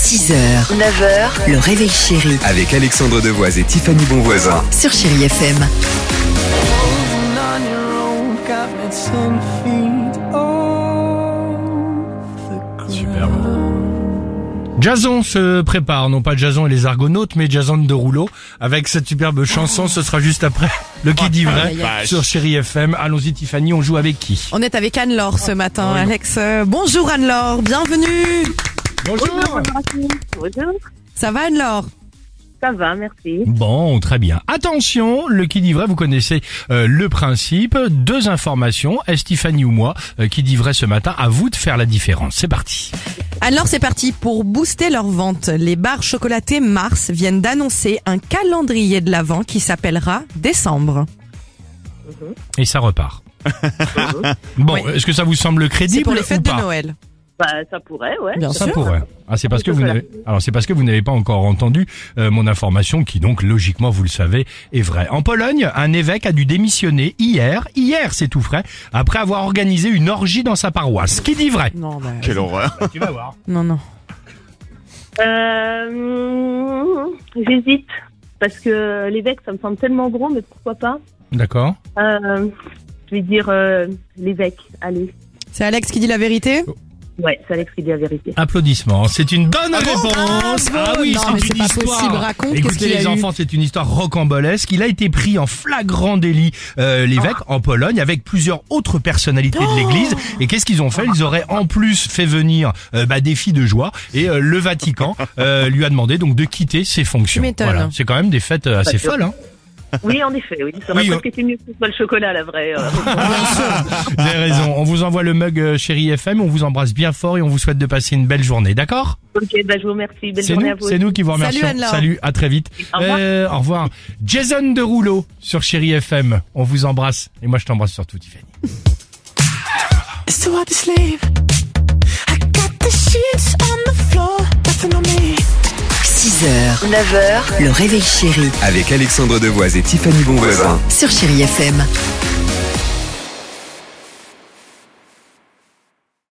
6h, 9h, le réveil chéri Avec Alexandre Devoise et Tiffany Bonvoisin. sur Chéri FM. Superbe. Jason se prépare, non pas Jason et les Argonautes, mais Jason de Rouleau. Avec cette superbe chanson, ce sera juste après le Qui dit vrai sur Chéri FM. Allons-y Tiffany, on joue avec qui? On est avec Anne-Laure ce matin. Oui. Alex, bonjour Anne-Laure, bienvenue. Bonjour. Bonjour, Ça va Anne-Laure? ça va, merci. Bon, très bien. Attention, le Qui dit vrai, vous connaissez le principe. 2 informations, est-ce Tiffany ou moi qui dit vrai ce matin? À vous de faire la différence. C'est parti. Anne-Laure, c'est parti. Pour booster leurs ventes, les barres chocolatées Mars viennent d'annoncer un calendrier de l'Avent qui s'appellera Décembre. Et ça repart. Bon, Oui. est-ce que ça vous semble crédible C'est pour les fêtes ou pas? de Noël. Bah, ça pourrait, ouais. Bien Ça sûr. pourrait. Ah, c'est parce que vous Chocolat. n'avez. Alors c'est parce que vous n'avez pas encore entendu mon information qui donc logiquement vous le savez est vraie. En Pologne, un évêque a dû démissionner hier c'est tout frais, après avoir organisé une orgie dans sa paroisse. Qui dit vrai? Non, bah, Quelle horreur. Tu vas voir. non. J'hésite. Parce que l'évêque, ça me semble tellement gros, mais pourquoi pas? D'accord. Je vais dire l'évêque, allez. C'est Alex qui dit la vérité? Ouais, c'est Alex qui dit la vérité. Applaudissements. C'est une bonne réponse. bravo. Ah oui, Non, mais c'est c'est une pas histoire. possible. Raconte, qu'est-ce Écoutez qu'il y a les eu enfants, c'est une histoire rocambolesque. Il a été pris en flagrant délit, l'évêque, en Pologne, avec plusieurs autres personnalités de l'église. Et qu'est-ce qu'ils ont fait? Ils auraient en plus fait venir des filles de joie. Et le Vatican lui a demandé donc de quitter ses fonctions. Tu m'étonnes. Voilà, c'est quand même des fêtes assez sûr. folles. Hein. Oui, en effet, oui. Ça aurait Oui, presque été mieux que ce soit le chocolat, la vraie. Vous avez raison. On vous envoie le mug Chéri FM. On vous embrasse bien fort et on vous souhaite de passer une belle journée. D'accord? Ok, bah, je vous remercie. Belle C'est journée à nous, vous. c'est nous qui vous remercions. Salut, Anne-Laure. Salut, à très vite. Au revoir. Au revoir. Jason de Rouleau sur Chéri FM. On vous embrasse. Et moi, je t'embrasse surtout, Tiffany. It's too hard to sleep. I got the sheets on the floor, nothing on me. 6h, 9h, le réveil chéri Avec Alexandre Devoise et Tiffany Bonvoisin. sur Chéri FM.